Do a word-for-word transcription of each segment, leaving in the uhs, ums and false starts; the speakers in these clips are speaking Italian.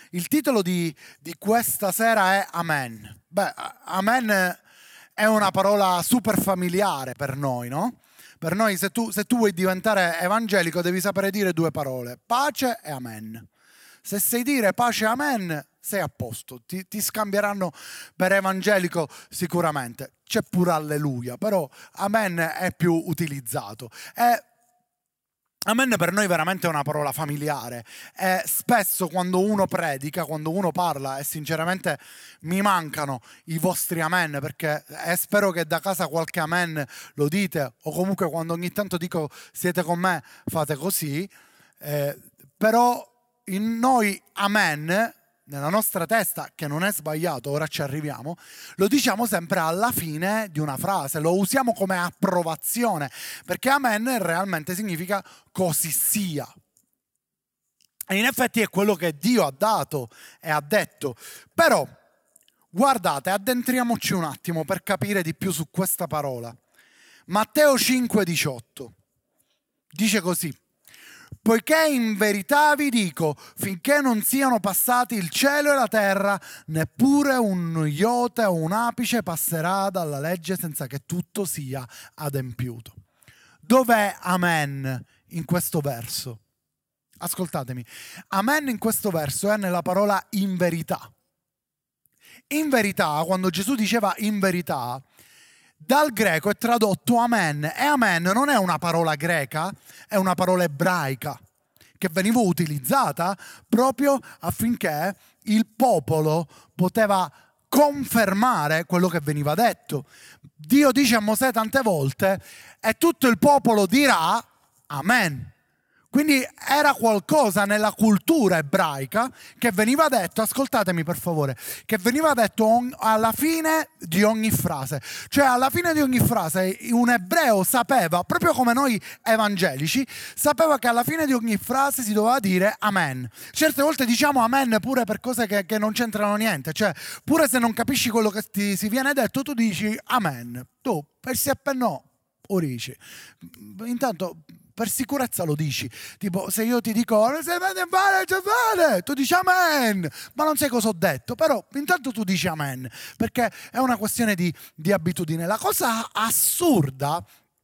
Il titolo di, di questa sera è Amen. Beh, Amen è una parola super familiare per noi, no? Per noi, se tu, se tu vuoi diventare evangelico, devi sapere dire due parole: pace e Amen. Se sai dire pace e Amen, sei a posto. Ti, ti scambieranno per evangelico sicuramente. C'è pure alleluia, però Amen è più utilizzato. E Amen per noi veramente è una parola familiare e spesso quando uno predica, quando uno parla, e sinceramente mi mancano i vostri amen, perché e spero che da casa qualche amen lo dite, o comunque quando ogni tanto dico siete con me fate così, eh, però in noi amen, nella nostra testa, che non è sbagliato, ora ci arriviamo, lo diciamo sempre alla fine di una frase, lo usiamo come approvazione, perché amen realmente significa così sia. E in effetti è quello che Dio ha dato e ha detto. Però, guardate, addentriamoci un attimo per capire di più su questa parola. Matteo cinque diciotto dice così: poiché in verità vi dico, finché non siano passati il cielo e la terra, neppure un iote o un apice passerà dalla legge senza che tutto sia adempiuto. Dov'è amen in questo verso? Ascoltatemi, amen in questo verso è nella parola in verità. In verità, quando Gesù diceva in verità, dal greco è tradotto amen, e amen non è una parola greca, è una parola ebraica che veniva utilizzata proprio affinché il popolo poteva confermare quello che veniva detto. Dio dice a Mosè tante volte e tutto il popolo dirà amen. Quindi era qualcosa nella cultura ebraica che veniva detto, ascoltatemi per favore, che veniva detto on, alla fine di ogni frase. Cioè alla fine di ogni frase un ebreo sapeva, proprio come noi evangelici, sapeva che alla fine di ogni frase si doveva dire amen. Certe volte diciamo amen pure per cose che, che non c'entrano niente, cioè pure se non capisci quello che ti si viene detto tu dici amen. Tu per sì e per no o dici. Intanto per sicurezza lo dici, tipo se io ti dico se vede male, se vale, tu dici amen, ma non sai cosa ho detto, però intanto tu dici amen, perché è una questione di, di abitudine. La cosa assurda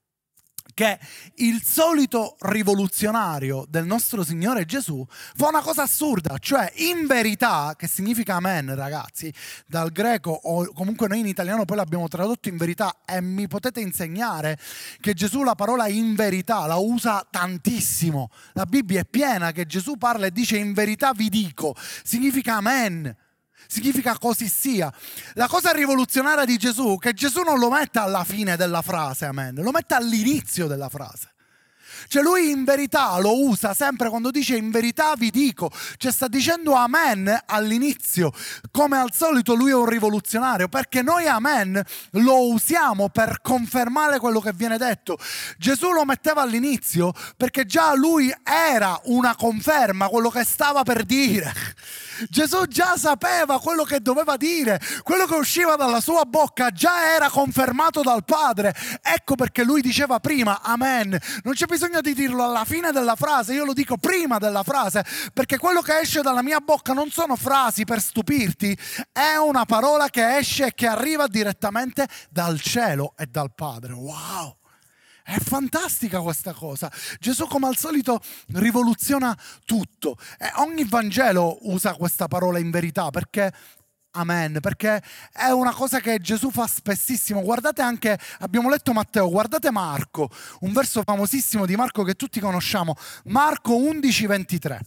che il solito rivoluzionario del nostro Signore Gesù fa una cosa assurda, cioè in verità, che significa amen ragazzi, dal greco, o comunque noi in italiano poi l'abbiamo tradotto in verità, e mi potete insegnare che Gesù la parola in verità la usa tantissimo. La Bibbia è piena che Gesù parla e dice in verità vi dico, significa amen. Significa così sia. La cosa rivoluzionaria di Gesù è che Gesù non lo mette alla fine della frase, amen, lo mette all'inizio della frase. Cioè lui in verità lo usa sempre quando dice in verità vi dico, cioè sta dicendo amen all'inizio. Come al solito lui è un rivoluzionario, perché noi amen lo usiamo per confermare quello che viene detto. Gesù lo metteva all'inizio perché già lui era una conferma, quello che stava per dire. Gesù già sapeva quello che doveva dire, quello che usciva dalla sua bocca già era confermato dal Padre. Ecco perché lui diceva prima amen. Non c'è bisogno di dirlo alla fine della frase, io lo dico prima della frase, perché quello che esce dalla mia bocca non sono frasi per stupirti, è una parola che esce e che arriva direttamente dal cielo e dal Padre. Wow! È fantastica questa cosa. Gesù come al solito rivoluziona tutto. E ogni Vangelo usa questa parola in verità perché, amen, perché è una cosa che Gesù fa spessissimo. Guardate anche, abbiamo letto Matteo, guardate Marco, un verso famosissimo di Marco che tutti conosciamo, Marco undici ventitré.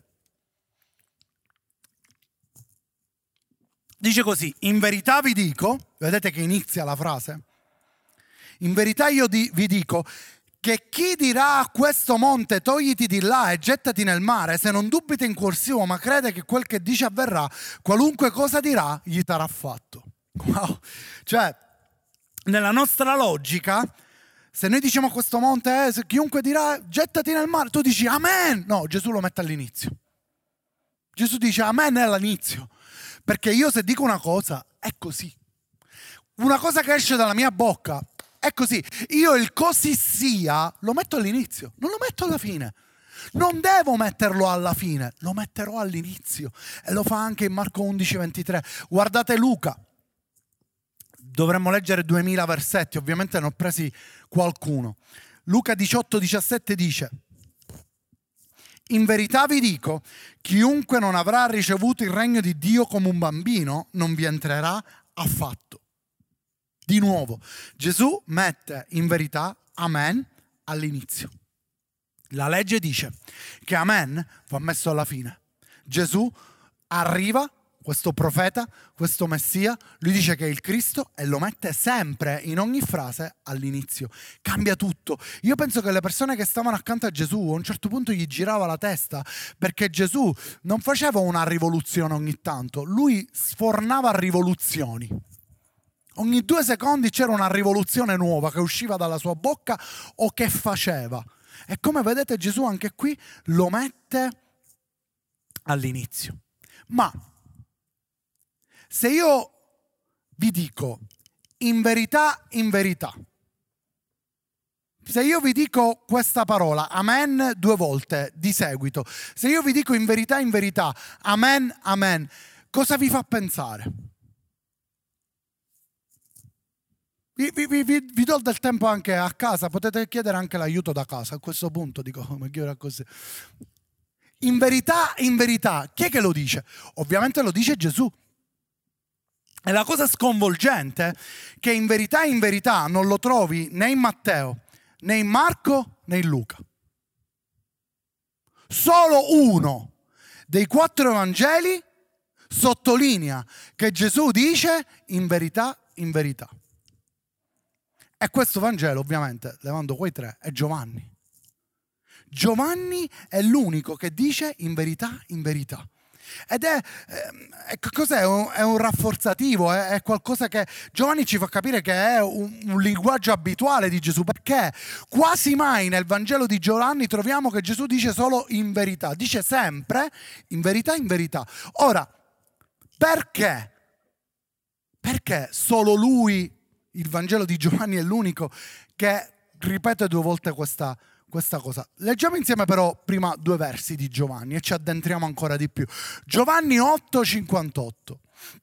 Dice così: in verità vi dico, vedete che inizia la frase? In verità io di, vi dico che chi dirà a questo monte togliti di là e gettati nel mare, se non dubita in cuor suo ma crede che quel che dice avverrà, qualunque cosa dirà gli sarà fatto. Wow. Cioè, nella nostra logica, se noi diciamo a questo monte eh, se chiunque dirà gettati nel mare, tu dici amen. No, Gesù lo mette all'inizio. Gesù dice amen è all'inizio, perché io se dico una cosa è così. Una cosa che esce dalla mia bocca è così. Io il così sia lo metto all'inizio, non lo metto alla fine. Non devo metterlo alla fine, lo metterò all'inizio. E lo fa anche in Marco undici ventitré. Guardate Luca. Dovremmo leggere duemila versetti, ovviamente ne ho presi qualcuno. Luca diciotto diciassette dice: in verità vi dico, chiunque non avrà ricevuto il regno di Dio come un bambino non vi entrerà affatto. Di nuovo, Gesù mette in verità amen all'inizio. La legge dice che amen va messo alla fine. Gesù arriva, questo profeta, questo Messia, lui dice che è il Cristo e lo mette sempre, in ogni frase, all'inizio. Cambia tutto. Io penso che le persone che stavano accanto a Gesù a un certo punto gli girava la testa, perché Gesù non faceva una rivoluzione ogni tanto, lui sfornava rivoluzioni. Ogni due secondi c'era una rivoluzione nuova che usciva dalla sua bocca o che faceva. E come vedete Gesù anche qui lo mette all'inizio. Ma se io vi dico in verità, in verità, se io vi dico questa parola, amen, due volte di seguito, se io vi dico in verità, in verità, amen, amen, cosa vi fa pensare? Vi, vi, vi, vi do del tempo anche a casa, potete chiedere anche l'aiuto da casa, a questo punto dico, come chiuderà così. In verità, in verità, chi è che lo dice? Ovviamente lo dice Gesù. E la cosa sconvolgente è che in verità, in verità non lo trovi né in Matteo, né in Marco, né in Luca. Solo uno dei quattro Evangeli sottolinea che Gesù dice in verità, in verità. E questo Vangelo, ovviamente, levando quei tre, è Giovanni. Giovanni è l'unico che dice in verità, in verità. Ed è, è, cos'è? È un rafforzativo, è, è qualcosa che Giovanni ci fa capire che è un, un linguaggio abituale di Gesù, perché quasi mai nel Vangelo di Giovanni troviamo che Gesù dice solo in verità, dice sempre in verità, in verità. Ora, perché? Perché solo lui, il Vangelo di Giovanni, è l'unico che ripete due volte questa questa cosa. Leggiamo insieme però prima due versi di Giovanni e ci addentriamo ancora di più. Giovanni otto cinquantotto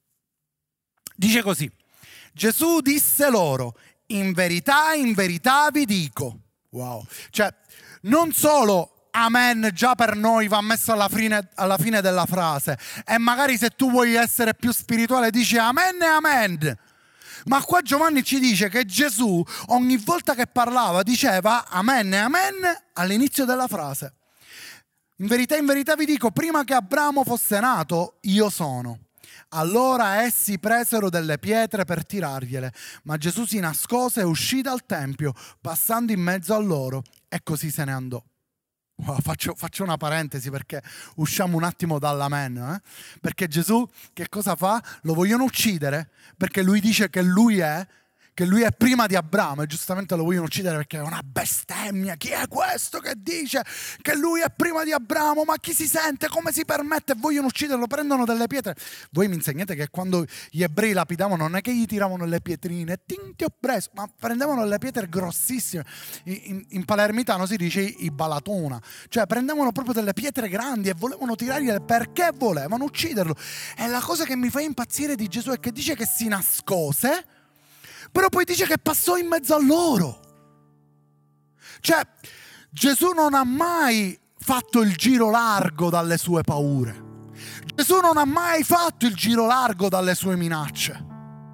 dice così: Gesù disse loro, in verità, in verità vi dico. Wow. Cioè, non solo amen già per noi va messo alla fine, alla fine della frase, e magari se tu vuoi essere più spirituale dici amen e amen. Ma qua Giovanni ci dice che Gesù ogni volta che parlava diceva amen e amen all'inizio della frase. In verità, in verità vi dico, prima che Abramo fosse nato, io sono. Allora essi presero delle pietre per tirargliele, ma Gesù si nascose e uscì dal tempio, passando in mezzo a loro, e così se ne andò. Wow, faccio, faccio una parentesi perché usciamo un attimo dall'amen, eh? Perché Gesù che cosa fa? Lo vogliono uccidere perché lui dice che lui è che lui è prima di Abramo, e giustamente lo vogliono uccidere perché è una bestemmia. Chi è questo che dice che lui è prima di Abramo? Ma chi si sente? Come si permette? E vogliono ucciderlo, prendono delle pietre. Voi mi insegnate che quando gli ebrei lapidavano non è che gli tiravano le pietrine, tin, ti ho preso, ma prendevano le pietre grossissime. In, in, in palermitano si dice i balatona, cioè prendevano proprio delle pietre grandi e volevano tirargliele perché volevano ucciderlo. E la cosa che mi fa impazzire di Gesù è che dice che si nascose, però poi dice che passò in mezzo a loro. Cioè, Gesù non ha mai fatto il giro largo dalle sue paure. Gesù non ha mai fatto il giro largo dalle sue minacce.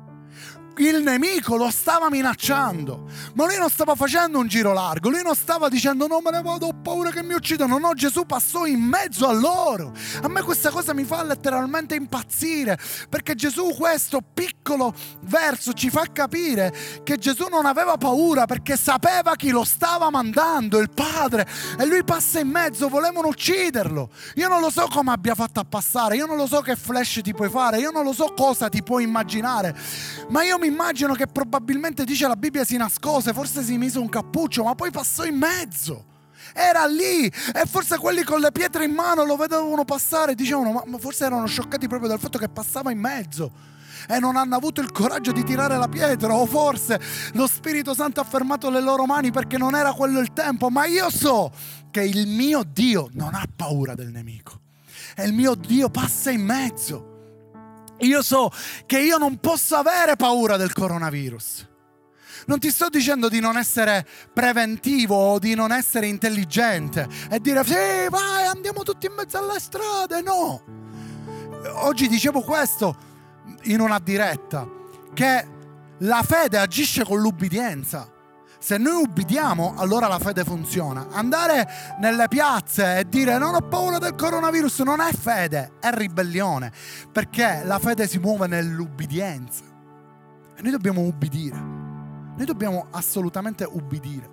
Il nemico lo stava minacciando, ma lui non stava facendo un giro largo, lui non stava dicendo no me ne vado, ho paura che mi uccidano. No, Gesù passò in mezzo a loro. A me questa cosa mi fa letteralmente impazzire, perché Gesù, questo piccolo verso, ci fa capire che Gesù non aveva paura perché sapeva chi lo stava mandando, il Padre, e lui passa in mezzo. Volevano ucciderlo. Io non lo so come abbia fatto a passare, io non lo so che flash ti puoi fare, io non lo so cosa ti puoi immaginare, ma io mi immagino che probabilmente, dice la Bibbia, si nascose, forse si mise un cappuccio, ma poi passò in mezzo. Era lì, e forse quelli con le pietre in mano lo vedevano passare, dicevano, ma forse erano scioccati proprio dal fatto che passava in mezzo e non hanno avuto il coraggio di tirare la pietra, o forse lo Spirito Santo ha fermato le loro mani perché non era quello il tempo. Ma io so che il mio Dio non ha paura del nemico. E il mio Dio passa in mezzo. Io so che io non posso avere paura del coronavirus. Non ti sto dicendo di non essere preventivo o di non essere intelligente e dire sì, vai, andiamo tutti in mezzo alle strade. No. Oggi dicevo questo in una diretta, che la fede agisce con l'ubbidienza. Se noi ubbidiamo, allora la fede funziona. Andare nelle piazze e dire non ho paura del coronavirus non è fede, è ribellione, perché la fede si muove nell'ubbidienza e noi dobbiamo ubbidire. Noi dobbiamo assolutamente ubbidire.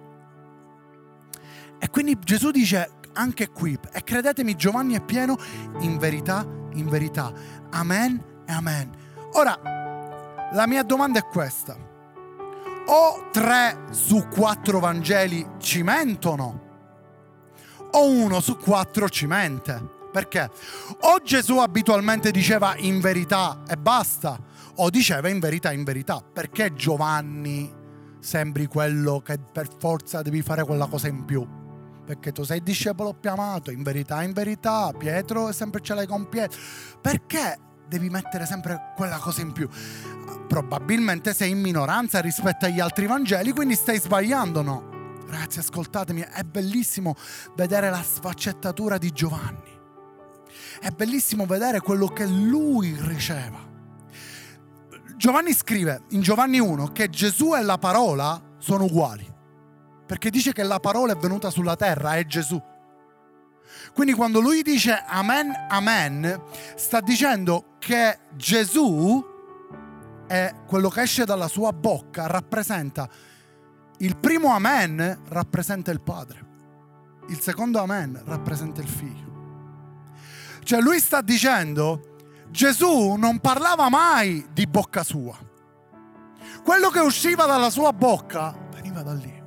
E quindi Gesù dice anche qui, e credetemi, Giovanni è pieno, in verità, in verità, amen e amen. Ora, la mia domanda è questa: o tre su quattro Vangeli ci mentono, o uno su quattro ci mente? Perché o Gesù abitualmente diceva in verità e basta, o diceva in verità, in verità. Perché Giovanni sembri quello che per forza devi fare quella cosa in più? Perché tu sei discepolo più amato, in verità, in verità. Pietro sempre ce l'hai con Pietro. Perché devi mettere sempre quella cosa in più? Probabilmente sei in minoranza rispetto agli altri Vangeli, quindi stai sbagliando. No, ragazzi, ascoltatemi, è bellissimo vedere la sfaccettatura di Giovanni. È bellissimo vedere quello che lui riceva. Giovanni scrive in Giovanni uno che Gesù e la parola sono uguali, perché dice che la parola è venuta sulla terra, è Gesù. Quindi quando lui dice amen, amen, sta dicendo che Gesù è quello che esce dalla sua bocca, rappresenta il primo amen, rappresenta il Padre, il secondo amen rappresenta il Figlio. Cioè lui sta dicendo: Gesù non parlava mai di bocca sua. Quello che usciva dalla sua bocca veniva da lì.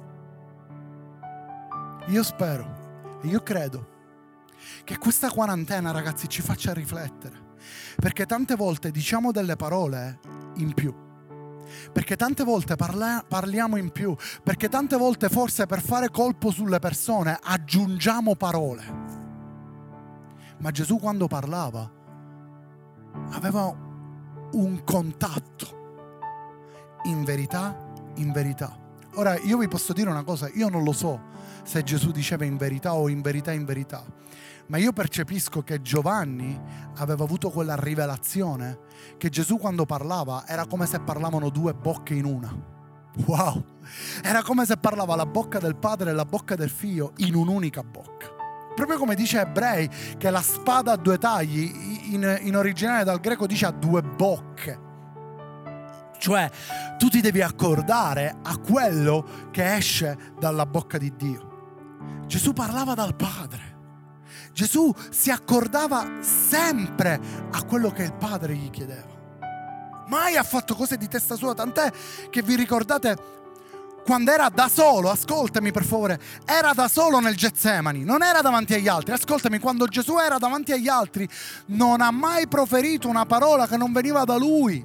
Io spero e io credo che questa quarantena, ragazzi, ci faccia riflettere, perché tante volte diciamo delle parole in più, perché tante volte parla- parliamo in più, perché tante volte forse per fare colpo sulle persone aggiungiamo parole. Ma Gesù quando parlava aveva un contatto, in verità, in verità. Ora io vi posso dire una cosa, io non lo so se Gesù diceva in verità o in verità in verità, ma io percepisco che Giovanni aveva avuto quella rivelazione che Gesù quando parlava era come se parlavano due bocche in una. Wow! Era come se parlava la bocca del Padre e la bocca del Figlio in un'unica bocca. Proprio come dice Ebrei che la spada a due tagli, in, in originale dal greco dice a due bocche. Cioè tu ti devi accordare a quello che esce dalla bocca di Dio. Gesù parlava dal Padre. Gesù si accordava sempre a quello che il Padre gli chiedeva. Mai ha fatto cose di testa sua, tant'è che vi ricordate quando era da solo, ascoltami per favore, era da solo nel Getsemani, non era davanti agli altri. Ascoltami, quando Gesù era davanti agli altri non ha mai proferito una parola che non veniva da lui.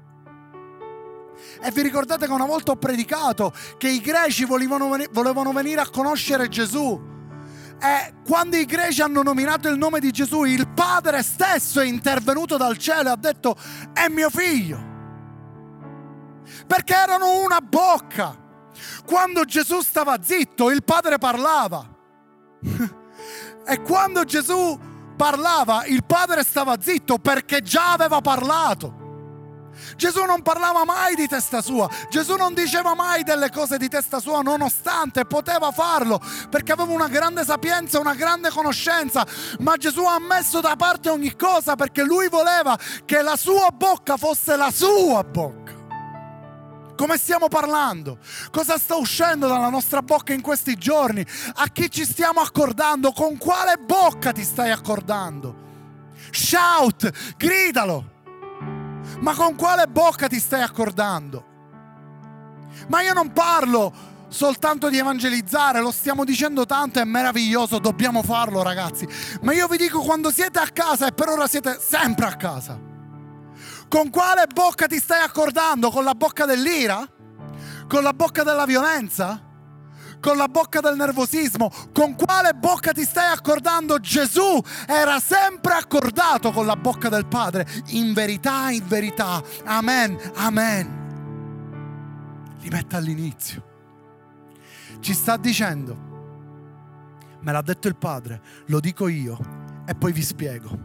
E vi ricordate che una volta ho predicato che i greci volevano, volevano venire a conoscere Gesù, e quando i greci hanno nominato il nome di Gesù, il Padre stesso è intervenuto dal cielo e ha detto: è mio figlio, perché erano una bocca. Quando Gesù stava zitto, il Padre parlava. E quando Gesù parlava, il Padre stava zitto perché già aveva parlato. Gesù non parlava mai di testa sua. Gesù non diceva mai delle cose di testa sua, nonostante poteva farlo, perché aveva una grande sapienza, una grande conoscenza. Ma Gesù ha messo da parte ogni cosa perché lui voleva che la sua bocca fosse la sua bocca. Come stiamo parlando? Cosa sta uscendo dalla nostra bocca in questi giorni? A chi ci stiamo accordando? Con quale bocca ti stai accordando? Shout, gridalo! Ma con quale bocca ti stai accordando? Ma io non parlo soltanto di evangelizzare, lo stiamo dicendo tanto, è meraviglioso, dobbiamo farlo, ragazzi. Ma io vi dico, quando siete a casa, e per ora siete sempre a casa, con quale bocca ti stai accordando? Con la bocca dell'ira? Con la bocca della violenza? con la bocca del nervosismo. Con quale bocca ti stai accordando? Gesù era sempre accordato con la bocca del Padre, in verità, in verità, amen, amen. Li mette all'inizio. Ci sta dicendo: me l'ha detto il Padre, lo dico io e poi vi spiego.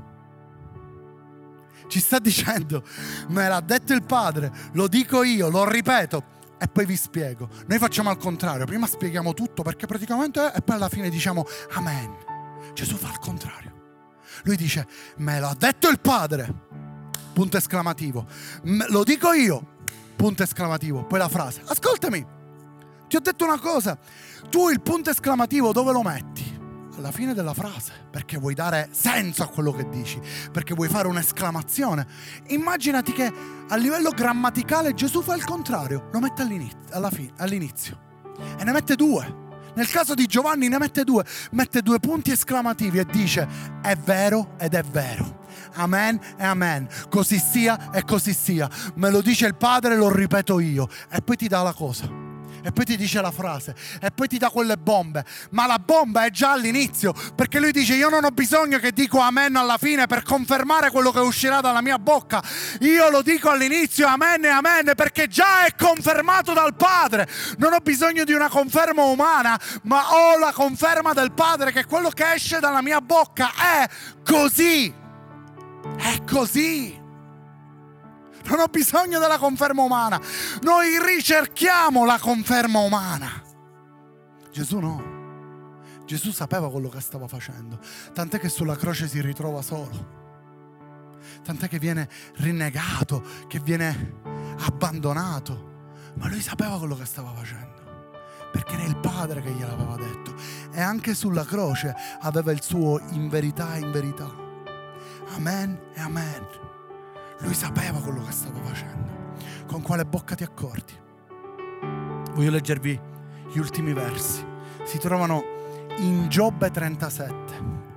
Ci sta dicendo: me l'ha detto il Padre, lo dico io, lo ripeto e poi vi spiego. Noi facciamo al contrario, prima spieghiamo tutto perché praticamente e poi alla fine diciamo amen. Gesù fa al contrario. Lui dice: me l'ha detto il Padre, punto esclamativo, me, lo dico io, punto esclamativo, poi la frase. Ascoltami, ti ho detto una cosa, tu il punto esclamativo dove lo metti? Alla fine della frase, perché vuoi dare senso a quello che dici, perché vuoi fare un'esclamazione. Immaginati che a livello grammaticale Gesù fa il contrario, lo mette all'inizio, alla fine, all'inizio e ne mette due. Nel caso di Giovanni ne mette due, mette due punti esclamativi e dice: è vero ed è vero, amen e amen, così sia e così sia, me lo dice il Padre, lo ripeto io. E poi ti dà la cosa, e poi ti dice la frase, e poi ti dà quelle bombe. Ma la bomba è già all'inizio, perché lui dice: io non ho bisogno che dico amen alla fine per confermare quello che uscirà dalla mia bocca. Io lo dico all'inizio, amen e amen, perché già è confermato dal Padre. Non ho bisogno di una conferma umana, ma ho la conferma del Padre che quello che esce dalla mia bocca è così. È così. Non ho bisogno della conferma umana. Noi ricerchiamo la conferma umana. Gesù no. Gesù sapeva quello che stava facendo. Tant'è che sulla croce si ritrova solo. Tant'è che viene rinnegato, che viene abbandonato. Ma lui sapeva quello che stava facendo, perché era il Padre che gliel'aveva detto. E anche sulla croce aveva il suo in verità, in verità. Amen e amen. Lui sapeva quello che stava facendo. Con quale bocca ti accordi? Voglio leggervi gli ultimi versi. Si trovano in Giobbe trentasette.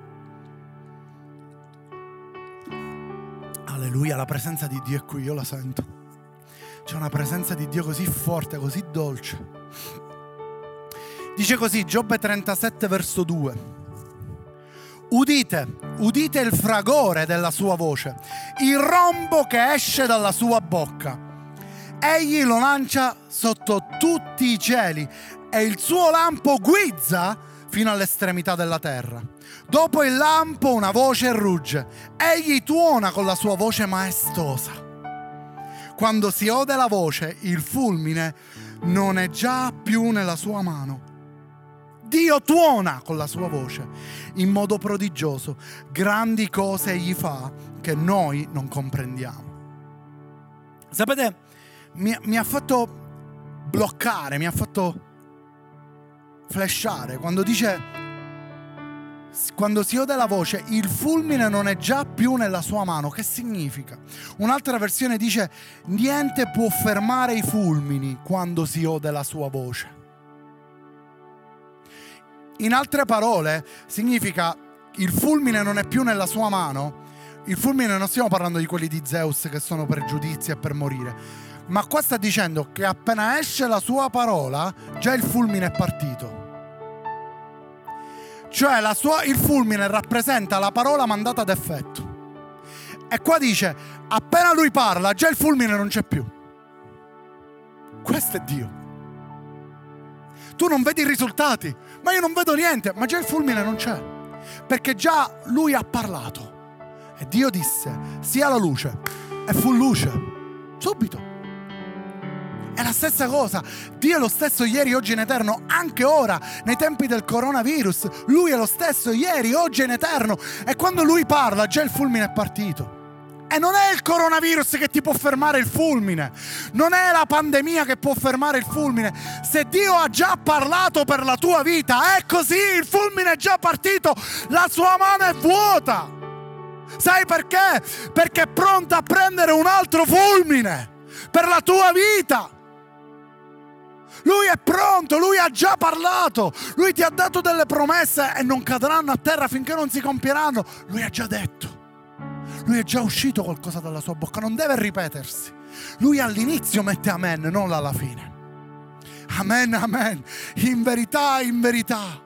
Alleluia, la presenza di Dio è qui, io la sento. C'è una presenza di Dio così forte, così dolce. Dice così, Giobbe trentasette verso due. Udite, udite il fragore della sua voce, il rombo che esce dalla sua bocca. Egli lo lancia sotto tutti i cieli e il suo lampo guizza fino all'estremità della terra. Dopo il lampo una voce rugge. Egli tuona con la sua voce maestosa. Quando si ode la voce, il fulmine non è già più nella sua mano. Dio tuona con la sua voce in modo prodigioso. Grandi cose egli fa che noi non comprendiamo. Sapete, mi, mi ha fatto bloccare, mi ha fatto flashare quando dice: quando si ode la voce, il fulmine non è già più nella sua mano. Che significa? Un'altra versione dice: niente può fermare i fulmini quando si ode la sua voce. In altre parole, significa il fulmine non è più nella sua mano. Il fulmine non stiamo parlando di quelli di Zeus che sono per giudizio e per morire, ma qua sta dicendo che appena esce la sua parola, già il fulmine è partito. Cioè la sua, il fulmine rappresenta la parola mandata ad effetto. E qua dice, appena lui parla, già il fulmine non c'è più. Questo è Dio. Tu non vedi i risultati, ma io non vedo niente, ma già il fulmine non c'è, perché già lui ha parlato. E Dio disse: sia la luce, e fu luce, subito. È la stessa cosa. Dio è lo stesso ieri, oggi in eterno, anche ora, nei tempi del coronavirus. Lui è lo stesso ieri, oggi e in eterno. E quando lui parla, già il fulmine è partito. E non è il coronavirus che ti può fermare il fulmine, non è la pandemia che può fermare il fulmine. Se Dio ha già parlato per la tua vita, è così, il fulmine è già partito, la sua mano è vuota. Sai perché? Perché è pronta a prendere un altro fulmine per la tua vita. Lui è pronto, lui ha già parlato, lui ti ha dato delle promesse e non cadranno a terra finché non si compieranno. Lui ha già detto. Lui è già uscito qualcosa dalla sua bocca, non deve ripetersi. Lui all'inizio mette amen, non alla fine. Amen, amen. In verità, in verità.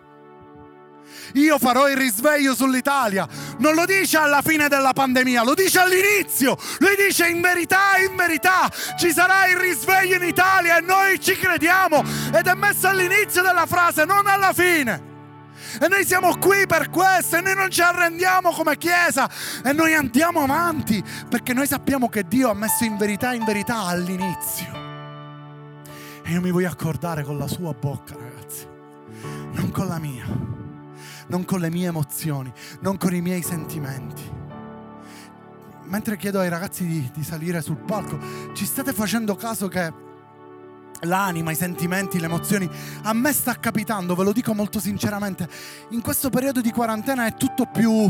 Io farò il risveglio sull'Italia. Non lo dice alla fine della pandemia, lo dice all'inizio. Lui dice in verità, in verità ci sarà il risveglio in Italia, e noi ci crediamo, ed è messo all'inizio della frase, non alla fine. E noi siamo qui per questo, e noi non ci arrendiamo come Chiesa, e noi andiamo avanti perché noi sappiamo che Dio ha messo in verità, in verità all'inizio. E io mi voglio accordare con la sua bocca, ragazzi, non con la mia, non con le mie emozioni, non con i miei sentimenti. Mentre chiedo ai ragazzi di, di salire sul palco, ci state facendo caso che l'anima, i sentimenti, le emozioni, a me sta capitando, ve lo dico molto sinceramente, in questo periodo di quarantena è tutto più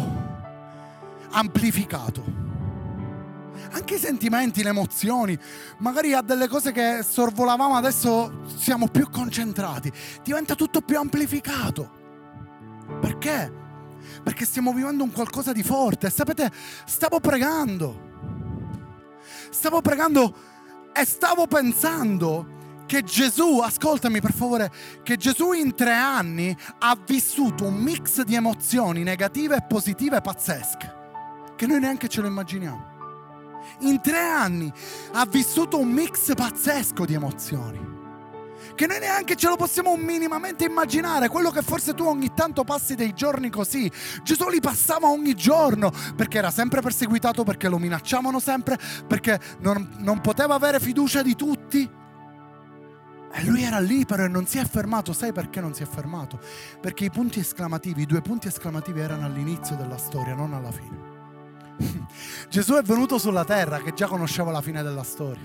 amplificato. Anche i sentimenti, le emozioni, magari a delle cose che sorvolavamo adesso siamo più concentrati, diventa tutto più amplificato. Perché? Perché stiamo vivendo un qualcosa di forte. Sapete, stavo pregando, stavo pregando e stavo pensando che Gesù, ascoltami per favore, che Gesù in tre anni ha vissuto un mix di emozioni negative e positive pazzesche, che noi neanche ce lo immaginiamo. In tre anni ha vissuto un mix pazzesco di emozioni, che noi neanche ce lo possiamo minimamente immaginare. Quello che forse tu ogni tanto passi dei giorni così, Gesù li passava ogni giorno, perché era sempre perseguitato, perché lo minacciavano sempre, perché non, non poteva avere fiducia di tutti. E lui era lì però e non si è fermato. Sai perché non si è fermato? Perché i punti esclamativi, i due punti esclamativi erano all'inizio della storia, non alla fine. Gesù è venuto sulla terra che già conosceva la fine della storia.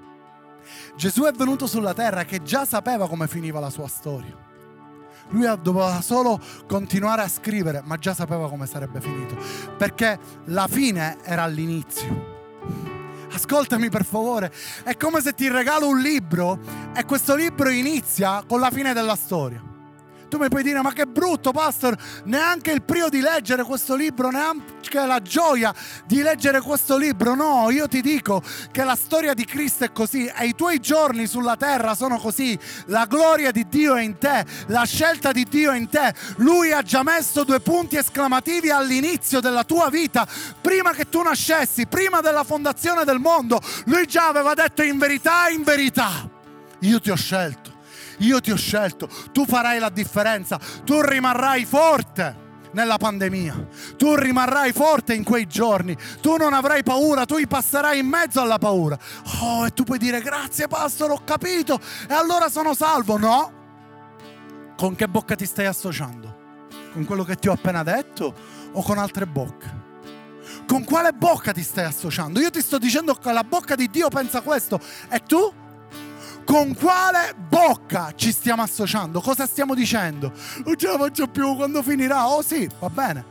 Gesù è venuto sulla terra che già sapeva come finiva la sua storia. Lui doveva solo continuare a scrivere, ma già sapeva come sarebbe finito, perché la fine era all'inizio. Ascoltami per favore, è come se ti regalo un libro e questo libro inizia con la fine della storia. Tu mi puoi dire, ma che brutto pastor, neanche il prio di leggere questo libro, neanche la gioia di leggere questo libro. No, io ti dico che la storia di Cristo è così e i tuoi giorni sulla terra sono così. La gloria di Dio è in te, la scelta di Dio è in te. Lui ha già messo due punti esclamativi all'inizio della tua vita, prima che tu nascessi, prima della fondazione del mondo. Lui già aveva detto in verità, in verità, io ti ho scelto. Io ti ho scelto, tu farai la differenza, tu rimarrai forte nella pandemia, tu rimarrai forte in quei giorni, tu non avrai paura, tu passerai in mezzo alla paura. Oh, e tu puoi dire grazie pastor, ho capito, e allora sono salvo. No? Con che bocca ti stai associando? Con quello che ti ho appena detto o con altre bocche? Con quale bocca ti stai associando? Io ti sto dicendo che la bocca di Dio pensa questo, e tu? Con quale bocca ci stiamo associando? Cosa stiamo dicendo? Non ce la faccio più, quando finirà? Oh sì, va bene.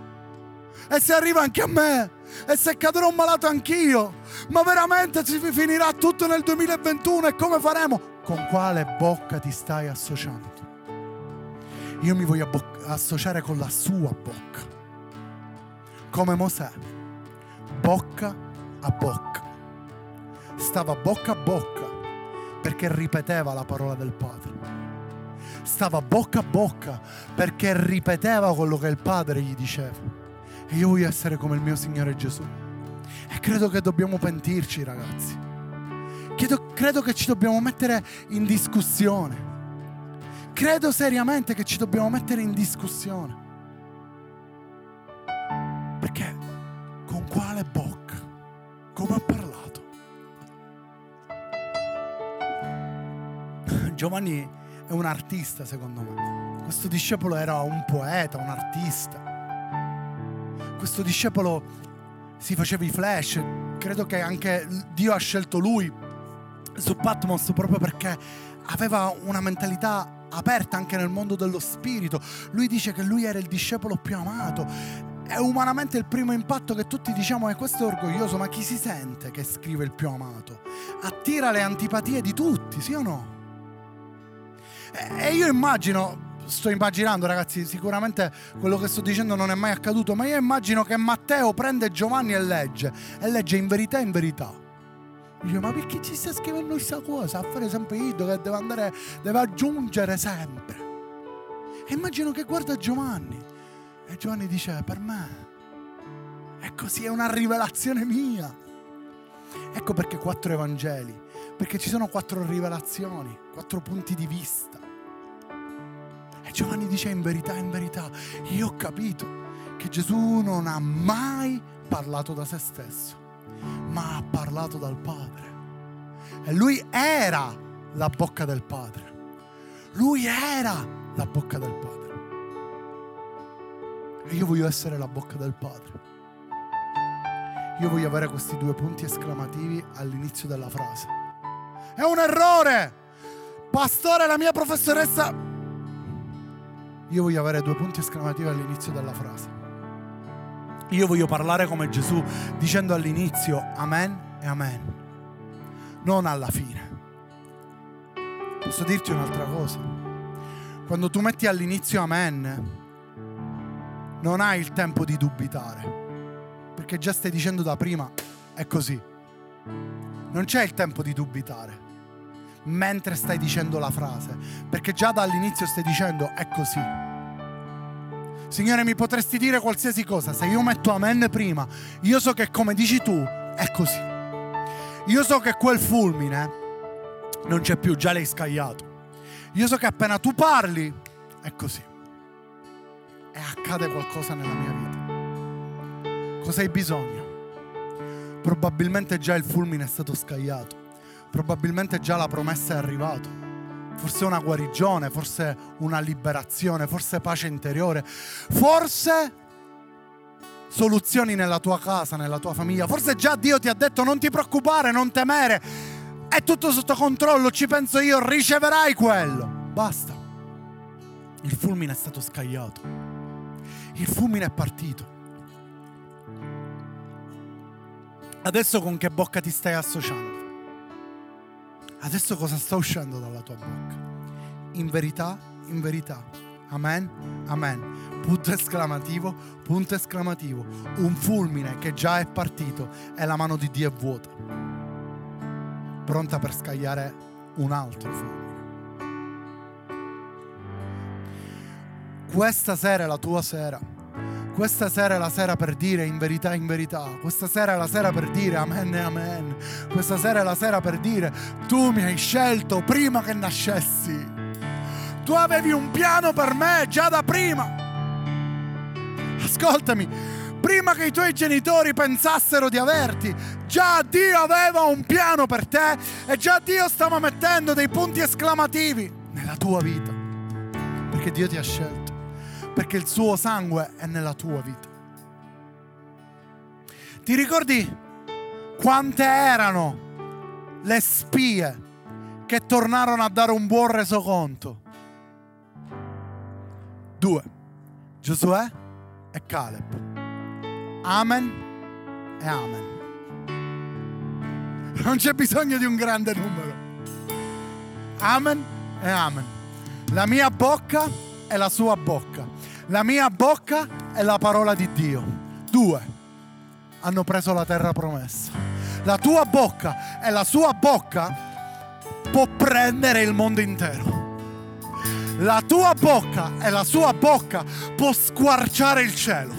E se arriva anche a me? E se cadrò malato anch'io? Ma veramente si finirà tutto nel duemilaventuno e come faremo? Con quale bocca ti stai associando? Io mi voglio abbo- associare con la sua bocca, come Mosè, bocca a bocca. Stava bocca a bocca perché ripeteva la parola del Padre. Stava bocca a bocca perché ripeteva quello che il Padre gli diceva. E io voglio essere come il mio Signore Gesù. E credo che dobbiamo pentirci, ragazzi. Credo, credo che ci dobbiamo mettere in discussione. Credo seriamente che ci dobbiamo mettere in discussione. Perché con quale bocca? Come ha parlato? Giovanni è un artista, secondo me. Questo discepolo era un poeta, un artista. Questo discepolo si faceva i flash. Credo che anche Dio ha scelto lui su Patmos proprio perché aveva una mentalità aperta anche nel mondo dello spirito. Lui dice che lui era il discepolo più amato. È umanamente il primo impatto che tutti diciamo è questo è orgoglioso, ma chi si sente che scrive il più amato? Attira le antipatie di tutti, sì o no? E io immagino, sto immaginando ragazzi, sicuramente quello che sto dicendo non è mai accaduto, ma io immagino che Matteo prende Giovanni e legge, e legge in verità, in verità. Dice, ma perché ci sta scrivendo questa cosa? A fare sempre io che deve andare, deve aggiungere sempre. E immagino che guarda Giovanni e Giovanni dice, per me è così, è una rivelazione mia. Ecco perché quattro Evangeli, perché ci sono quattro rivelazioni, quattro punti di vista. E Giovanni dice, in verità, in verità, io ho capito che Gesù non ha mai parlato da se stesso, ma ha parlato dal Padre. E lui era la bocca del Padre. Lui era la bocca del Padre. E io voglio essere la bocca del Padre. Io voglio avere questi due punti esclamativi all'inizio della frase. È un errore! Pastore, la mia professoressa... Io voglio avere due punti esclamativi all'inizio della frase. Io voglio parlare come Gesù, dicendo all'inizio amen e amen, non alla fine. Posso dirti un'altra cosa? Quando tu metti all'inizio amen, non hai il tempo di dubitare, perché già stai dicendo da prima è così. Non c'è il tempo di dubitare mentre stai dicendo la frase, perché già dall'inizio stai dicendo è così. Signore, mi potresti dire qualsiasi cosa, se io metto amen prima, io so che come dici tu è così. Io so che quel fulmine non c'è più, già l'hai scagliato. Io so che appena tu parli è così e accade qualcosa nella mia vita. Cosa hai bisogno? Probabilmente già il fulmine è stato scagliato, probabilmente già la promessa è arrivata. Forse una guarigione, forse una liberazione, forse pace interiore, forse soluzioni nella tua casa, nella tua famiglia. Forse già Dio ti ha detto non ti preoccupare, non temere, è tutto sotto controllo, ci penso io, riceverai quello. Basta. Il fulmine è stato scagliato, il fulmine è partito. Adesso con che bocca ti stai associando? Adesso cosa sta uscendo dalla tua bocca? In verità, in verità. Amen, amen. Punto esclamativo, punto esclamativo. Un fulmine che già è partito e la mano di Dio è vuota, pronta per scagliare un altro fulmine. Questa sera è la tua sera. Questa sera è la sera per dire in verità, in verità. Questa sera è la sera per dire amen e amen. Questa sera è la sera per dire tu mi hai scelto prima che nascessi. Tu avevi un piano per me già da prima. Ascoltami, prima che i tuoi genitori pensassero di averti, già Dio aveva un piano per te e già Dio stava mettendo dei punti esclamativi nella tua vita. Perché Dio ti ha scelto. Perché il suo sangue è nella tua vita. Ti ricordi quante erano le spie che tornarono a dare un buon resoconto? Due, Giosuè e Caleb. Amen e amen. Non c'è bisogno di un grande numero. Amen e amen. La mia bocca è la sua bocca. La mia bocca è la parola di Dio. Due hanno preso la terra promessa. La tua bocca e la sua bocca può prendere il mondo intero. La tua bocca e la sua bocca può squarciare il cielo.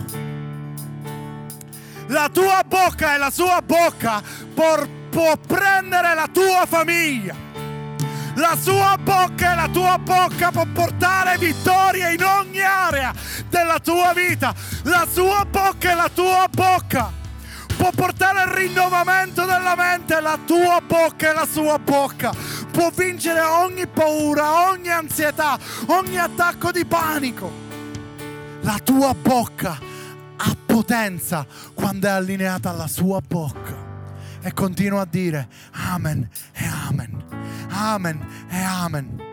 La tua bocca e la sua bocca può, può prendere la tua famiglia. La sua bocca e la tua bocca può portare vittoria in ogni area della tua vita. La sua bocca e la tua bocca può portare il rinnovamento della mente. La tua bocca e la sua bocca può vincere ogni paura, ogni ansietà, ogni attacco di panico. La tua bocca ha potenza quando è allineata alla sua bocca. E continua a dire amen e amen. Amen e amen.